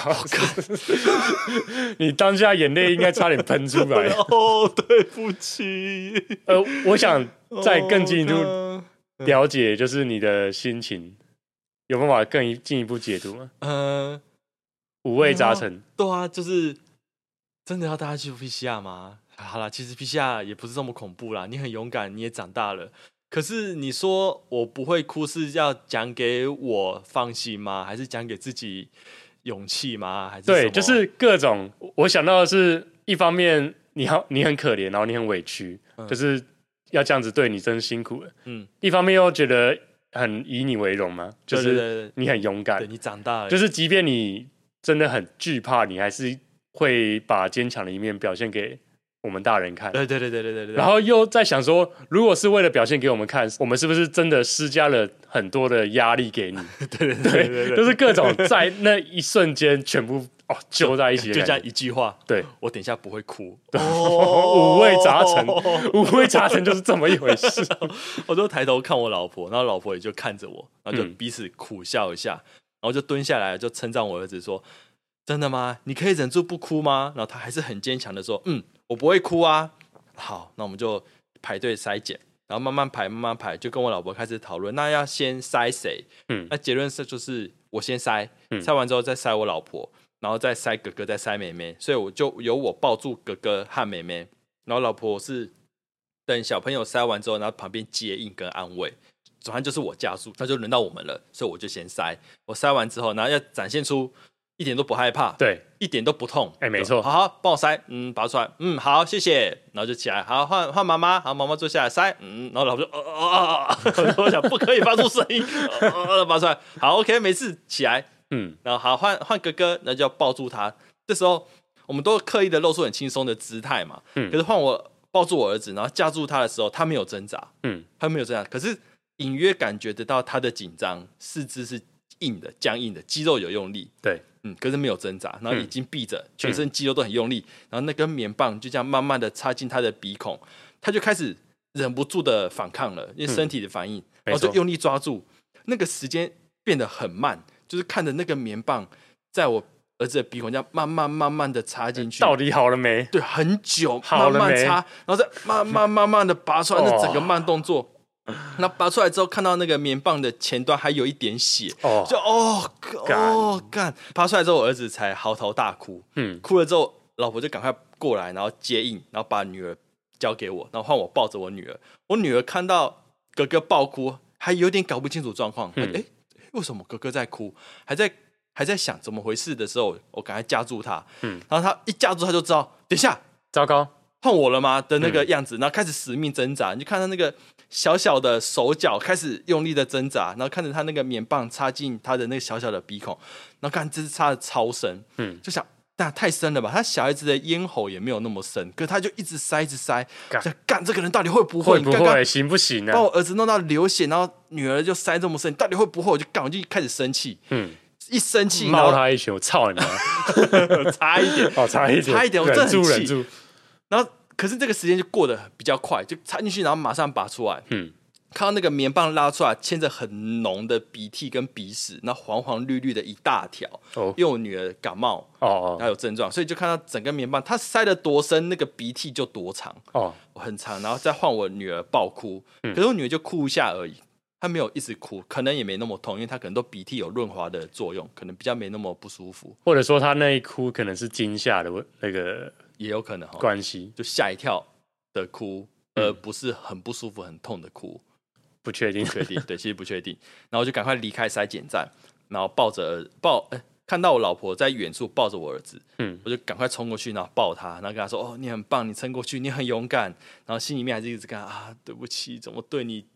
你当下眼泪应该差点喷出来。
哦，对不起。
我想再更进一步了解，就是你的心情，有办法更进一步解读吗？五味杂陈。
对啊，就是真的要大家去 PCR 吗？好啦，其实 PCR 也不是这么恐怖啦。你很勇敢，你也长大了。可是你说我不会哭，是要讲给我放心吗？还是讲给自己勇气吗？还是
对，就是各种。我想到的是，一方面你很可怜，然后你很委屈，就是要这样子对你真辛苦了。一方面又觉得很以你为荣嘛，就是你很勇敢，
对你长大了，
就是即便你真的很惧怕，你还是会把坚强的一面表现给我们大人看。
对。
然后又在想说，如果是为了表现给我们看，我们是不是真的施加了很多的压力给你？对，就是各种在那一瞬间全部揪在一起的感觉，
就这样一句话。对，我等一下不会哭。
五味杂陈，五味杂陈就是这么一回事。
我就抬头看我老婆，然后老婆也就看着我，然后就彼此苦笑一下，然后就蹲下来就称赞我儿子说：“真的吗？你可以忍住不哭吗？”然后他还是很坚强的说：“我不会哭啊。”好，那我们就排队筛检，然后慢慢排，就跟我老婆开始讨论，那要先筛谁？那结论是就是我先筛，筛完之后再筛我老婆，然后再筛哥哥，再筛妹妹，所以我就由我抱住哥哥和妹妹，然后老婆是等小朋友筛完之后，然后旁边接应跟安慰，反正就是我加速，那就轮到我们了，所以我就先筛，我筛完之后，然后要展现出一点都不害怕，
对，
一点都不痛，
没错，
好，帮我筛，拔出来，好，谢谢，然后就起来，好，换妈妈，好，妈妈坐下来筛，然后老婆就我想不可以发出声音，拔出来，好 ，OK， 没事，起来，然后好换哥哥，那就要抱住他，这时候我们都刻意的露出很轻松的姿态嘛，可是换我抱住我儿子，然后架住他的时候，他没有挣扎，他没有挣扎，可是隐约感觉得到他的紧张，四肢是硬的、僵硬的，肌肉有用力，
对。
可是没有挣扎，然后眼睛闭着，全身肌肉都很用力，然后那根棉棒就这样慢慢的插进他的鼻孔，他就开始忍不住的反抗了，因为身体的反应，然后就用力抓住，那个时间变得很慢，就是看着那个棉棒在我儿子的鼻孔这样慢慢的插进去，
到底好了没？
对，很久，慢慢插，然后再慢慢的拔出来，那整个慢动作。那拔出来之后，看到那个棉棒的前端还有一点血，就干！拔出来之后，我儿子才嚎啕大哭。哭了之后，老婆就赶快过来，然后接应，然后把女儿交给我，然后换我抱着我女儿。我女儿看到哥哥爆哭，还有点搞不清楚状况。为什么哥哥在哭？还在想怎么回事的时候，我赶快夹住他。然后他一夹住，他就知道，等一下，
糟糕，
换我了吗的那个样子，然后开始死命挣扎。你就看到那个小小的手脚开始用力的挣扎，然后看着他那个棉棒插进他的那个小小的鼻孔，然后看这是插的超深，就想那太深了吧？他小孩子的咽喉也没有那么深，可是他就一直塞，干这个人到底会不会？
刚刚行不行啊？
把我儿子弄到流血，然后女儿就塞这么深，到底会不会？我就开始生气，一生气
猫他一拳，我操你妈！
差一点，
差一点，
我真的很气，
忍住。
然后可是这个时间就过得比较快，就插进去，然后马上拔出来。看到那个棉棒拉出来，牵着很浓的鼻涕跟鼻屎，那黄黄绿绿的一大条。因为我女儿感冒，她有症状，所以就看到整个棉棒，她塞得多深，那个鼻涕就多长。很长，然后再换我女儿爆哭。可是我女儿就哭一下而已，她没有一直哭，可能也没那么痛，因为她可能都鼻涕有润滑的作用，可能比较没那么不舒服。
或者说她那一哭可能是惊吓的那个。
也有可能
关系，
就吓一跳的哭，而不是很不舒服、很痛的哭，
不确定，
对，其实不确定。然后就赶快离开筛检站，然后看到我老婆在远处抱着我儿子，我就赶快冲过去，然后抱他，然后跟他说：“哦，你很棒，你撑过去，你很勇敢。”然后心里面还是一直干对不起，怎么对你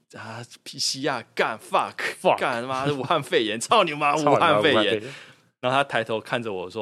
PCR 干 fuck 干妈武汉肺炎，操你妈武汉肺炎！然后他抬头看着我说。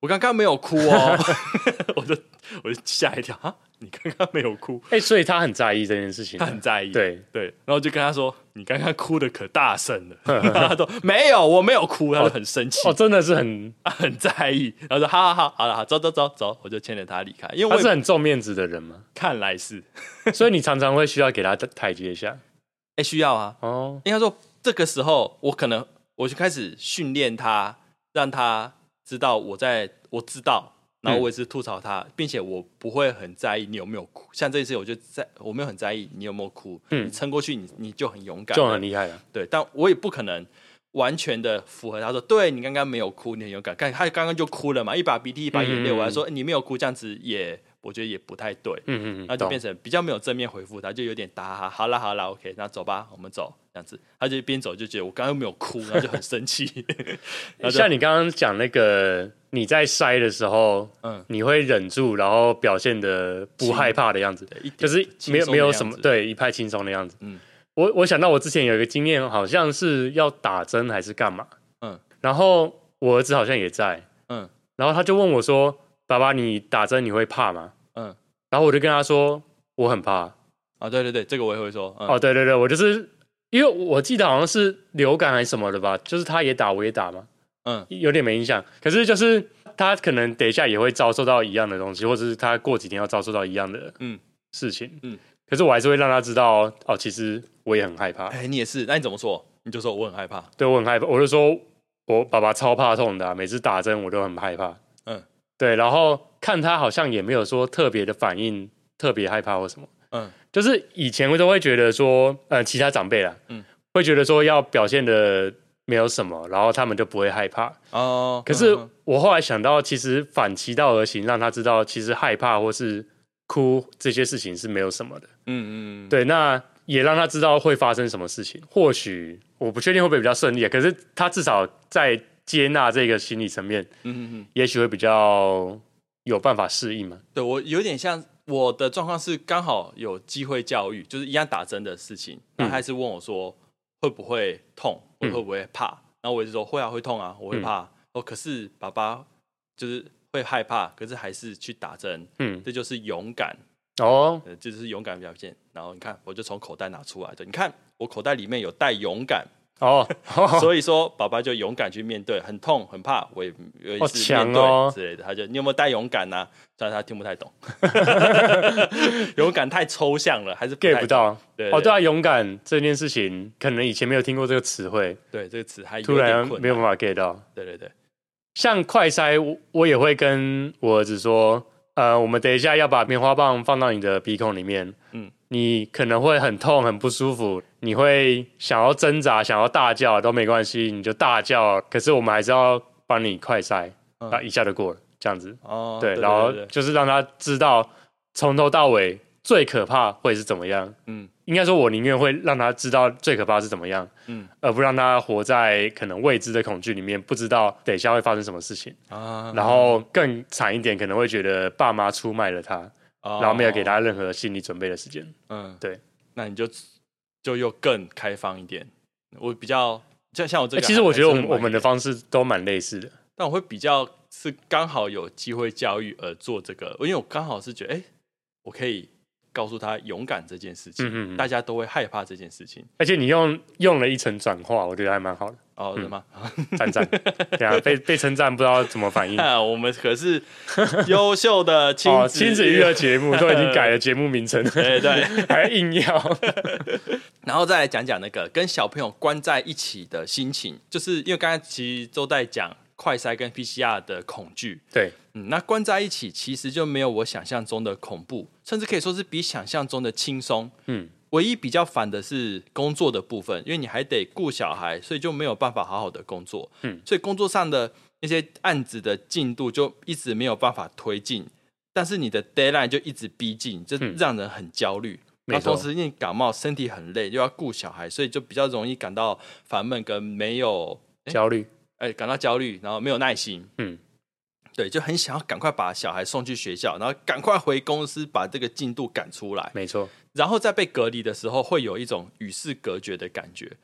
我刚刚没有哭哦。我就吓一跳啊！你刚刚没有哭，
所以他很在意这件事情，
他很在意，
对，
然后就跟他说：“你刚刚哭的可大声了。”他说：“没有，我没有哭。”他就很生气，
真的是很
在意。然后说：“好了，走，我就牵着他离开。”因为
他是很重面子的人嘛，
看来是，
所以你常常会需要给他台阶下。
需要啊。应该说这个时候，我就开始训练他，让他知道我知道。然后我也是吐槽他，并且我不会很在意你有没有哭。像这一次，我没有很在意你有没有哭。你撑过去，你就很勇敢，
就很厉害了。
对，但我也不可能完全的符合他说，对你刚刚没有哭，你很勇敢。他刚刚就哭了嘛，一把鼻涕一把眼泪，我还说你没有哭，这样子我觉得也不太对。那就变成比较没有正面回复他，就有点打哈。好啦 ，OK， 那走吧，我们走。这样子，他就边走就觉得我刚刚没有哭，然后就很生气。
像你刚刚讲那个，你在筛的时候，你会忍住，然后表现的不害怕的样子，就是没有什么，对，一派轻松的样子。我想到我之前有一个经验，好像是要打针还是干嘛，然后我儿子好像也在，然后他就问我说：“爸爸，你打针你会怕吗？”然后我就跟他说：“我很怕。”
对，这个我也会说。
对，我就是。因为我记得好像是流感还是什么的吧，就是他也打我也打嘛，有点没印象。可是就是他可能等一下也会遭受到一样的东西，或者是他过几天要遭受到一样的事情。可是我还是会让他知道其实我也很害怕。
你也是？那你怎么说？你就说我很害怕。
对，我很害怕，我就说我爸爸超怕痛的，每次打针我都很害怕。对，然后看他好像也没有说特别的反应，特别害怕或什么。就是以前我都会觉得说，其他长辈啦，会觉得说要表现的没有什么，然后他们就不会害怕。可是我后来想到，其实反其道而行，让他知道，其实害怕或是哭这些事情是没有什么的。对，那也让他知道会发生什么事情。或许我不确定会不会比较顺利，可是他至少在接纳这个心理层面，也许会比较有办法适应嘛。
对，我有点像。我的状况是刚好有机会教育，就是一样打针的事情，他还是问我说会不会痛，会不会怕，然后我就说会啊，会痛啊，我会怕。可是爸爸就是会害怕，可是还是去打针，这就是勇敢这就是勇敢表现。然后你看，我就从口袋拿出来的，你看我口袋里面有带勇敢。所以说爸爸就勇敢去面对，很痛很怕，我也有一次面对之类的。他就你有没有带勇敢啊？虽然他听不太懂，勇敢太抽象了，还是
get 不到。对啊，勇敢这件事情，可能以前没有听过这个词汇，
对这个词还
突然没有办法 get 到。
对，
像快筛，我也会跟我儿子说，我们等一下要把棉花棒放到你的鼻孔里面，你可能会很痛很不舒服，你会想要挣扎想要大叫都没关系，你就大叫，可是我们还是要帮你快筛，一下就过了这样子。对，然后就是让他知道从头到尾最可怕会是怎么样。应该说我宁愿会让他知道最可怕是怎么样，而不让他活在可能未知的恐惧里面，不知道等一下会发生什么事情。然后更惨一点，可能会觉得爸妈出卖了他，然后没有给他任何心理准备的时间。对，
那你就又更开放一点。我比较像我这个，
其实我觉得我们的方式都蛮类似的，
但我会比较是刚好有机会教育而做这个，因为我刚好是觉得，我可以告诉他勇敢这件事情，大家都会害怕这件事情，
而且你用了一层转化，我觉得还蛮好的。
是吗？
赞，对啊，被称赞不知道怎么反应。
我们可是优秀的亲
子娱乐节目，都已经改了节目名称，
对，
还硬要。
然后再来讲讲那个跟小朋友关在一起的心情，就是因为刚才其实都在讲快筛跟 PCR 的恐惧，
对，
那关在一起其实就没有我想象中的恐怖，甚至可以说是比想象中的轻松。唯一比较烦的是工作的部分，因为你还得顾小孩，所以就没有办法好好的工作。所以工作上的那些案子的进度就一直没有办法推进，但是你的 deadline 就一直逼近，就让人很焦虑。那同时你感冒，身体很累，又要顾小孩，所以就比较容易感到烦闷跟没有
焦虑。
感到焦虑，然后没有耐心。对，就很想要赶快把小孩送去学校，然后赶快回公司把这个进度赶出来。
没错，
然后在被隔离的时候，会有一种与世隔绝的感觉。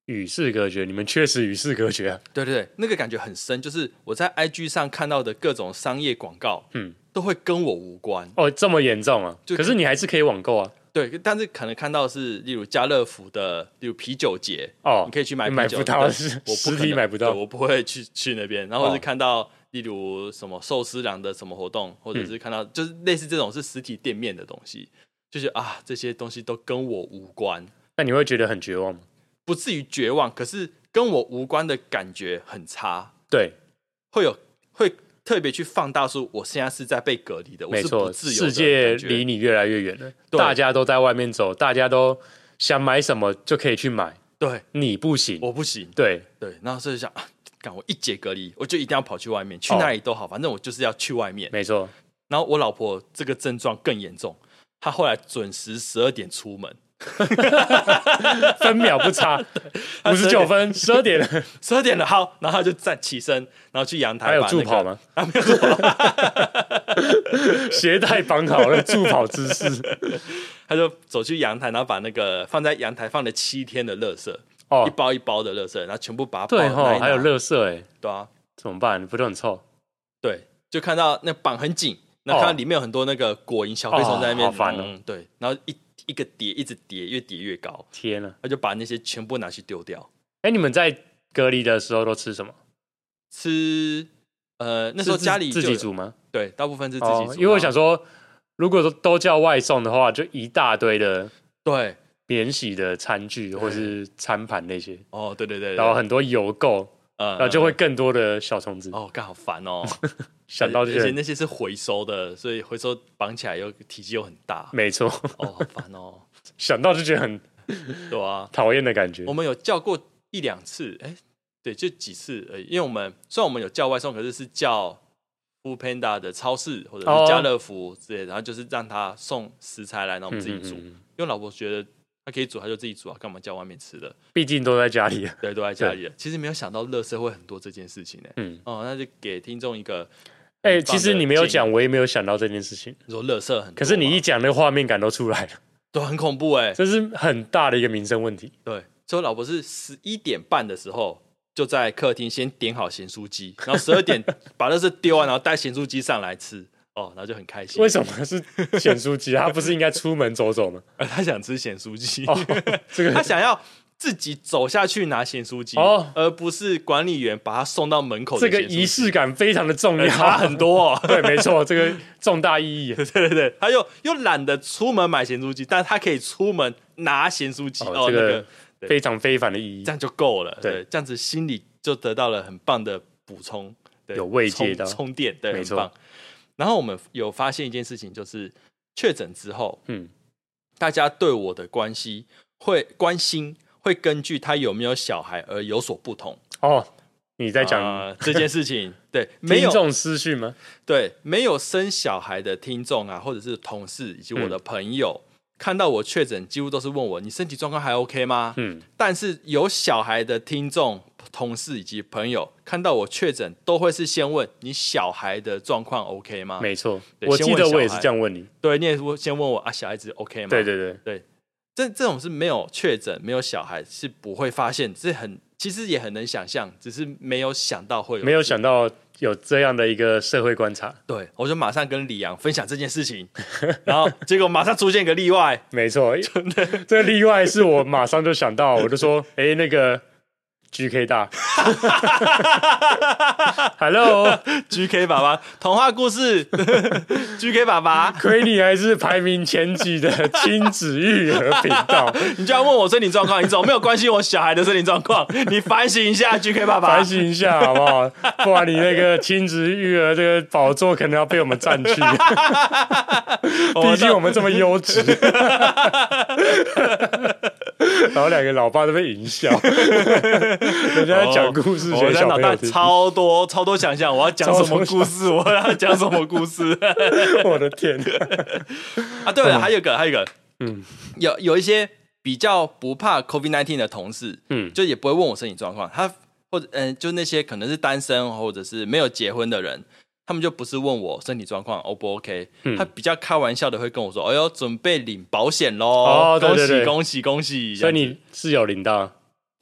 与世隔绝，你们确实与世隔绝啊。
对对对，那个感觉很深，就是我在 IG 上看到的各种商业广告，都会跟我无关。
哦，这么严重啊？可是你还是可以网购啊。
对，但是可能看到的是，例如家乐福的，例如啤酒节，你可以去买啤酒，
买不到，实体买不到，
我不会去那边。然后是看到，例如什么寿司郎的什么活动，或者是看到就是类似这种是实体店面的东西，就是这些东西都跟我无关。
那你会觉得很绝望吗？
不至于绝望，可是跟我无关的感觉很差。
对，
会特别去放大说，我现在是在被隔离的，我是不自由的，
世界离你越来越远了，大家都在外面走，大家都想买什么就可以去买，
对，
你不行，
我不行，
对，
然后所以想我一解隔离，我就一定要跑去外面，去哪里都好，反正我就是要去外面，
没错。
然后我老婆这个症状更严重，她后来准时12点出门。
分秒不差，59分，12点了
，12点了，好，然后他就起身，然后去阳台。
还有助跑吗？
没有助跑，
鞋带绑好了，助跑姿势。
他就走去阳台，然后把那个放在阳台放了7天的垃圾，一包一包的垃圾，然后全部把它包
对还有垃圾
对啊，
怎么办？不就很臭？
对，就看到那绑很紧，那看到里面有很多那个果蝇小飞虫在那边，
好烦哦。
对，然后一个叠一直叠，越叠越高。
天啊！
他就把那些全部拿去丢掉。
你们在隔离的时候都吃什么？
吃那时候家里
自己煮吗？
对，大部分是自己煮。
因为我想说，如果都叫外送的话，就一大堆的
对
免洗的餐具或是餐盘那些。
对，
然后很多油垢，然后就会更多的小虫子。
干好烦哦。
想到这些，
而且那些是回收的，所以回收绑起来体积又很大。
没错。
好烦哦。
想到就觉得很
对啊，
讨厌的感觉。
我们有叫过1-2次，对，就几次而已。因为虽然我们有叫外送，可是叫 Foodpanda 的超市或者是家乐福之类的，然后就是让他送食材来，然后我们自己煮。因为老婆觉得他可以煮，他就自己煮啊，干嘛叫外面吃的？
毕竟都在家里。
对，都在家里。其实没有想到垃圾会很多这件事情那就给听众一个。
其实你没有讲，我也没有想到这件事情。
你说垃圾很多，
可是你一讲，那个画面感都出来了，
都很恐怖
这是很大的一个民生问题。
对，所以我老婆是11点半的时候就在客厅先点好咸酥鸡，然后12点把垃圾丢完，然后带咸酥鸡上来吃，然后就很开心。
为什么是咸酥鸡？他不是应该出门走走吗？
他想吃咸酥鸡，
这个
他想要自己走下去拿咸酥鸡，而不是管理员把他送到门口的。
这个仪式感非常的重要，
差很多。
对，没错，这个重大意义。
对，他又懒得出门买咸酥鸡，但他可以出门拿咸酥鸡。
这个非常非凡的意义，
这样就够了。对，这样子心里就得到了很棒的补充，
有慰藉到
充电，对，
没错。
很棒。然后我们有发现一件事情，就是确诊之后，大家对我的关心会根据他有没有小孩而有所不同。
你在讲
这件事情？对，
听众私讯吗？
对，没有生小孩的听众或者是同事以及我的朋友，看到我确诊，几乎都是问我：“你身体状况还 OK 吗？”但是有小孩的听众、同事以及朋友看到我确诊，都会是先问你小孩的状况 OK 吗？
没错，我记得我也是这样问你。
对，你也先问我小孩子 OK 吗？
对。
这种是没有确诊、没有小孩是不会发现，其实也很能想象，只是没有想到会有，
没有想到有这样的一个社会观察。
对，我就马上跟李阳分享这件事情，然后结果马上出现一个例外。
没错，这个例外是我马上就想到，我就说，那个。GK 大，Hello
GK 爸爸，童话故事GK 爸爸，
亏你还是排名前几的亲子育儿频道，
你就要问我身体状况，你怎么没有关心我小孩的身体状况？你反省一下 GK 爸爸，
反省一下好不好？不然你那个亲子育儿这个宝座可能要被我们占去，毕竟我们这么优质。然后2个老爸都被淫笑，人家在讲故事，
我在脑袋超多想象，我要讲什么故事？我要讲什么故事？
我的天！
对了，还有一个，有一些比较不怕 COVID-19 的同事，就也不会问我身体状况，或者就那些可能是单身或者是没有结婚的人。他们就不是问我身体状况 O 不 OK，他比较开玩笑的会跟我说：“哎呦，准备领保险喽！恭喜恭喜恭喜！”
所以你是有领到？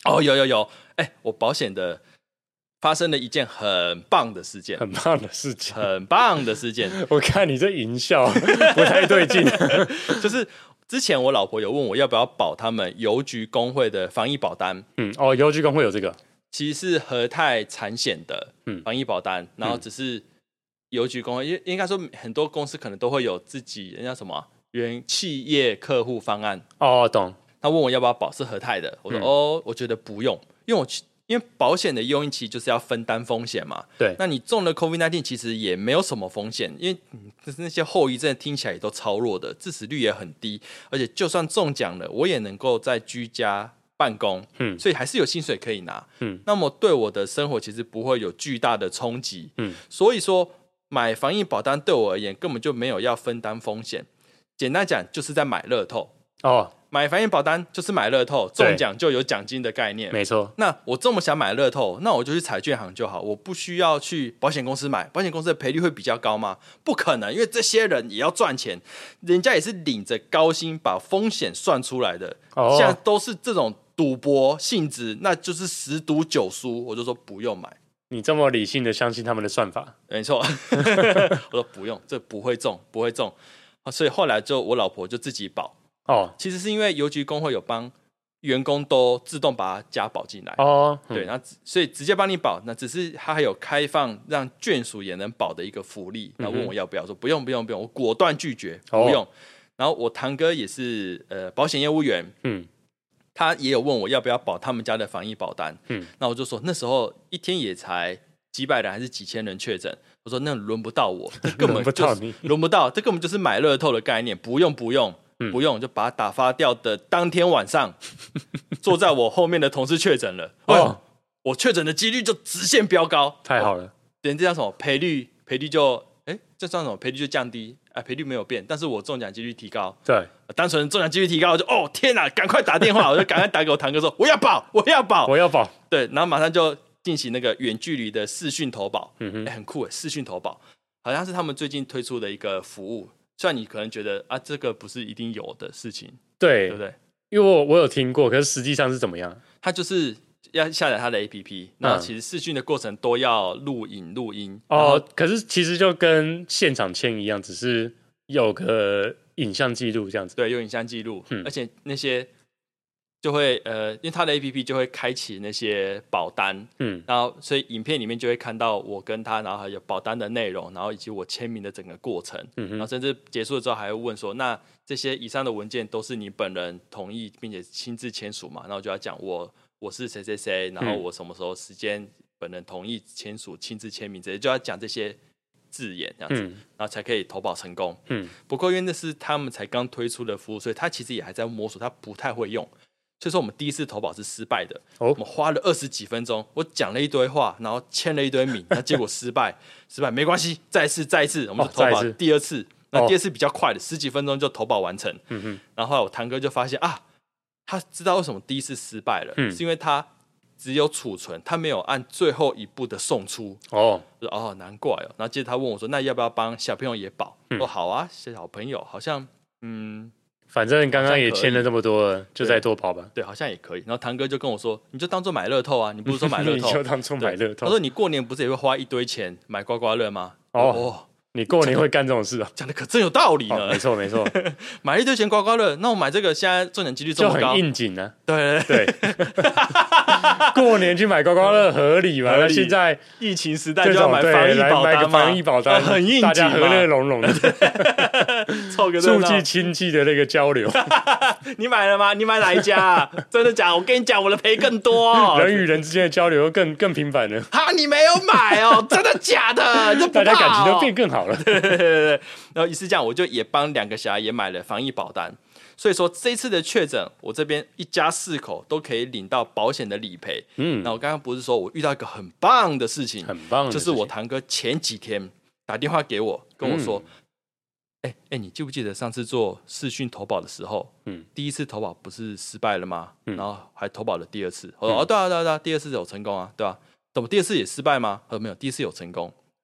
哦，有，我保险的发生了一件很棒的事件，
很棒的事件。我看你这淫笑不太对劲，
就是之前我老婆有问我要不要保他们邮局工会的防疫保单。
邮局工会有这个，
其实是和泰产险的防疫保单，然后只是邮局工会，应该说很多公司可能都会有自己人家什么原企业客户方案。
懂。
他问我要不要保，是和泰的，我说我觉得不用，因为保险的用意其实就是要分担风险嘛。
对，
那你中了 COVID-19 其实也没有什么风险，因为那些后遗症听起来也都超弱的，致死率也很低，而且就算中奖了，我也能够在居家办公，所以还是有薪水可以拿。那么对我的生活其实不会有巨大的冲击。所以说买防疫保单对我而言根本就没有要分担风险，简单讲就是在买乐透。买防疫保单就是买乐透，中奖就有奖金的概念。
没错。
那我这么想买乐透，那我就去彩券行就好，我不需要去保险公司买。保险公司的赔率会比较高吗？不可能，因为这些人也要赚钱，人家也是领着高薪把风险算出来的。现在都是这种赌博性质，那就是10赌9输，我就说不用买。
你这么理性的相信他们的算法？
没错。我说不用，这不会中。所以后来就我老婆就自己保。其实是因为邮局工会有帮员工都自动把它加保进来。对，然后所以直接帮你保，那只是他还有开放让眷属也能保的一个福利。那问我要不要，说不用，我果断拒绝，不用。然后我堂哥也是保险业务员，他也有问我要不要保他们家的防疫保单。那我就说那时候一天也才几百人还是几千人确诊，我说那轮不到我，这根本就是轮不到，这根本就是买乐透的概念，不用，就把它打发掉的当天晚上，坐在我后面的同事确诊了。我确诊的几率就直线飙高，
太好了。
这叫什么赔率就这算什么赔率就降低赔率没有变，但是我中奖几率提高。
对，
单纯中奖几率提高，我就天哪，赶快打电话，我就赶快打给我堂哥说我要保。对，然后马上就进行那个远距离的视讯投保。很酷视讯投保好像是他们最近推出的一个服务。虽然你可能觉得这个不是一定有的事情，对不对？
因为我有听过，可是实际上是怎么样？
它就是要下载它的 APP， 那其实视讯的过程都要录音。
可是其实就跟现场签一样，只是有个影像记录这样子。
对，有影像记录，而且那些就会因为它的 APP 就会开启那些保单，然后所以影片里面就会看到我跟他，然后还有保单的内容，然后以及我签名的整个过程，然后甚至结束了之后还会问说，那这些以上的文件都是你本人同意并且亲自签署嘛？然后就要讲我是谁谁谁，然后我什么时候时间本人同意签署亲自签名，这些就要讲这些字眼这样子，然后才可以投保成功。不过因为那是他们才刚推出的服务，所以他其实也还在摸索，他不太会用。所以说我们第一次投保是失败的，我们花了20几分钟，我讲了一堆话，然后签了一堆名，那结果失败没关系，再一次，我们就投保第二次，那第二次比较快的10几分钟就投保完成。然后后来我堂哥就发现他知道为什么第一次失败了，是因为他只有储存，他没有按最后一步的送出。我说难怪然后接着他问我说，那要不要帮小朋友也保？我说好啊，小朋友好像
反正刚刚也签了这么多了，就再多跑吧。
对，好像也可以。然后堂哥就跟我说，你就当做买乐透啊，你不是说买乐透？
你就当做买乐透。
他说你过年不是也会花一堆钱买刮刮乐吗？
你过年会干这种事
讲的可真有道理呢。
没错，
买一堆钱刮刮乐，那我买这个现在中奖几率这么高，
就很应景啊。
对，
过年去买刮刮乐合理嘛？那现在
疫情时代就要买防疫保单嘛，很应景嘛，
大家和乐融融的，
凑个热闹，
促进亲戚的那个交流。
你买了吗？你买哪一家？真的假？我跟你讲，我的赔更多，
人与人之间的交流更频繁了。
你没有买真的假的？
大家感情都变更好了。
对，然后也是这样，我就也帮2个小孩也买了防疫保单。所以说这一次的确诊，我这边一家4口都可以领到保险的理赔。那我刚刚不是说我遇到一个很棒的事情，就是我堂哥前几天打电话给我，跟我说，你记不记得上次做视讯投保的时候，第一次投保不是失败了吗？然后还投保了第2次。我说对啊，第2次有成功啊，对吧？怎么第2次也失败吗？没有，第1次有成功。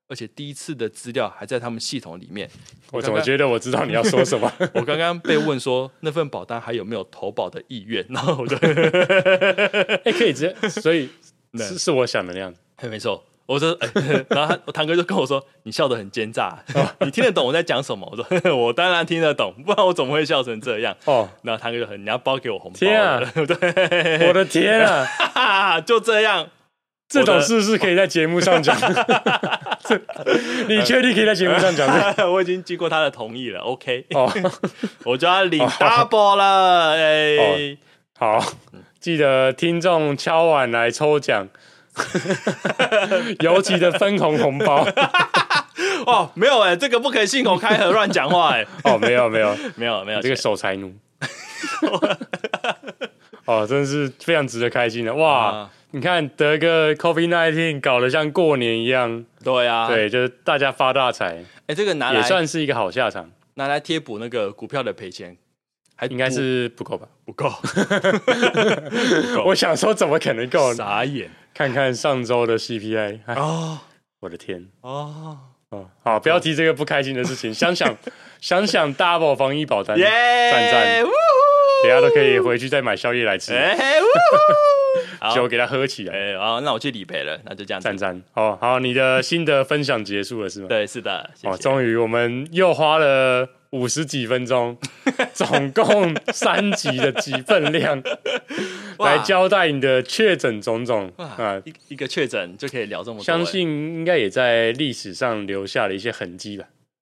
而且第一次的资料还在他们系统里面。
我怎么觉得我知道你要说什么？
我刚刚被问说那份保单还有没有投保的意愿，然后我就
可以直接，所以是我想的那样子，
没错。我说，然后堂哥就跟我说：“你笑得很奸诈，你听得懂我在讲什么？”我说：“我当然听得懂，不然我怎么会笑成这样？”然后堂哥就你要包给我红包，
天啊，对，我的天啊，
就这样，
这种事是可以在节目上讲。你确定可以在节目上讲？
我已经经过他的同意了 ，OK， 我就要领 double 了，
好，记得听众敲碗来抽奖。尤其的分红红包
没有这个不可以信口开河乱讲话
没有
这
个守财奴真是非常值得开心的哇！你看得个 COVID-19 搞得像过年一样，
对啊，
对，就是大家发大财，
这个拿来
也算是一个好下场，
拿来贴补那个股票的赔钱。
应该是不够吧？
不够。
我想说，怎么可能够？
傻眼！
看看上周的 CPI 我的天！好，不要提这个不开心的事情。想想 Double 防疫保单，赞！等下都可以回去再买宵夜来吃。酒给他喝起来。
那我去理赔了，那就这样。
赞！好，你的新的分享结束了是吗？
对，是的。谢谢
终于我们又花了50几分钟，总共3集的几份量，来交代你的确诊种种
一个确诊就可以聊这么多，
相信应该也在历史上留下了一些痕迹吧。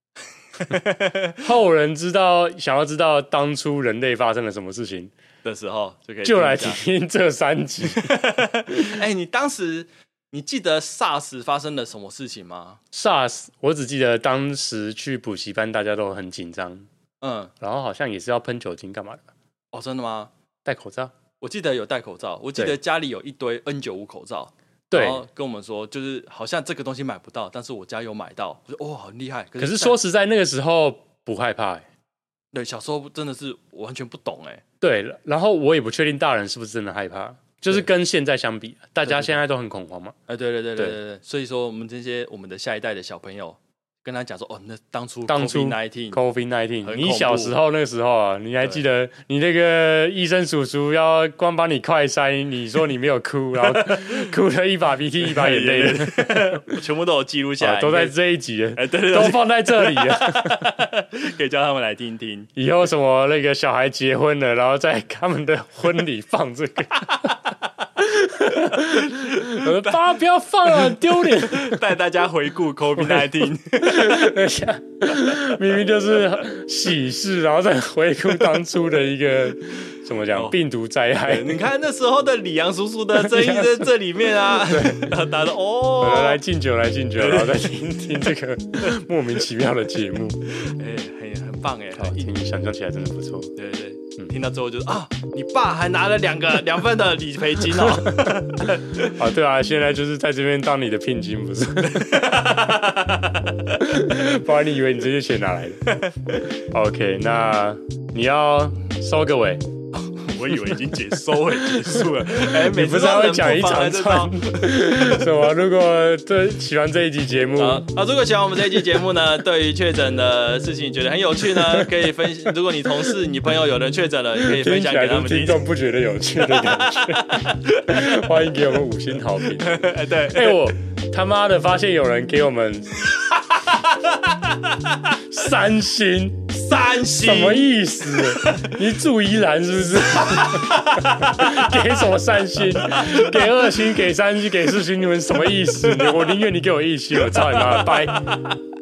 后人想要知道当初人类发生了什么事情
的时候，
就来听这3集。
你当时你记得 SARS 发生了什么事情吗？
SARS 我只记得当时去补习班，大家都很紧张，然后好像也是要喷酒精干嘛的。
真的吗？
戴口罩？
我记得有戴口罩，我记得家里有一堆 N95 口罩。
对，
然后跟我们说，就是好像这个东西买不到，但是我家有买到，我说很厉害。
可是说实在，那个时候不害怕
对，小时候真的是完全不懂
对，然后我也不确定大人是不是真的害怕，就是跟现在相比，大家现在都很恐慌嘛。
对，所以说我们的下一代的小朋友。跟他讲说那当初 COVID-19，
你小时候那个时候你还记得你那个医生叔叔要光帮你快筛，你说你没有哭，然后哭了一把鼻涕一把眼泪的，
全部都有记录下来，
都在这一集都放在这里了，
可以叫他们来听听。
以后什么那个小孩结婚了，然后在他们的婚礼放这个。爸不要放了，很丢脸。
带大家回顾 COVID-19，
明明就是喜事，然后再回顾当初的一个怎么讲病毒灾害。
你看那时候的李阳叔叔的争议在这里面啊，大家
来敬酒，然后再听这个莫名其妙的节目，
很棒
好听，想象起来真的不错。
对，听到最后就是你爸还拿了2份的理赔金
对啊，现在就是在这边当你的聘金，不是？不然你以为你这些钱哪来的 ？OK， 那你要收个尾。
我以为已经收尾结束了，
你不是还会讲一长串什么？如果喜欢这一集节目
如果喜欢我们这一集节目呢，对于确诊的事情觉得很有趣呢，可以分享。如果你同事、你朋友有人确诊了，你可以分享给他们听。
听众不觉得有趣的感觉，欢迎给我们5星好评。对，我他妈的发现有人给我们3星。什么意思？你住宜兰是不是？给什么3星？给2星？给3星？给4星？你们什么意思？我宁愿你给我1星，我操你妈！拜。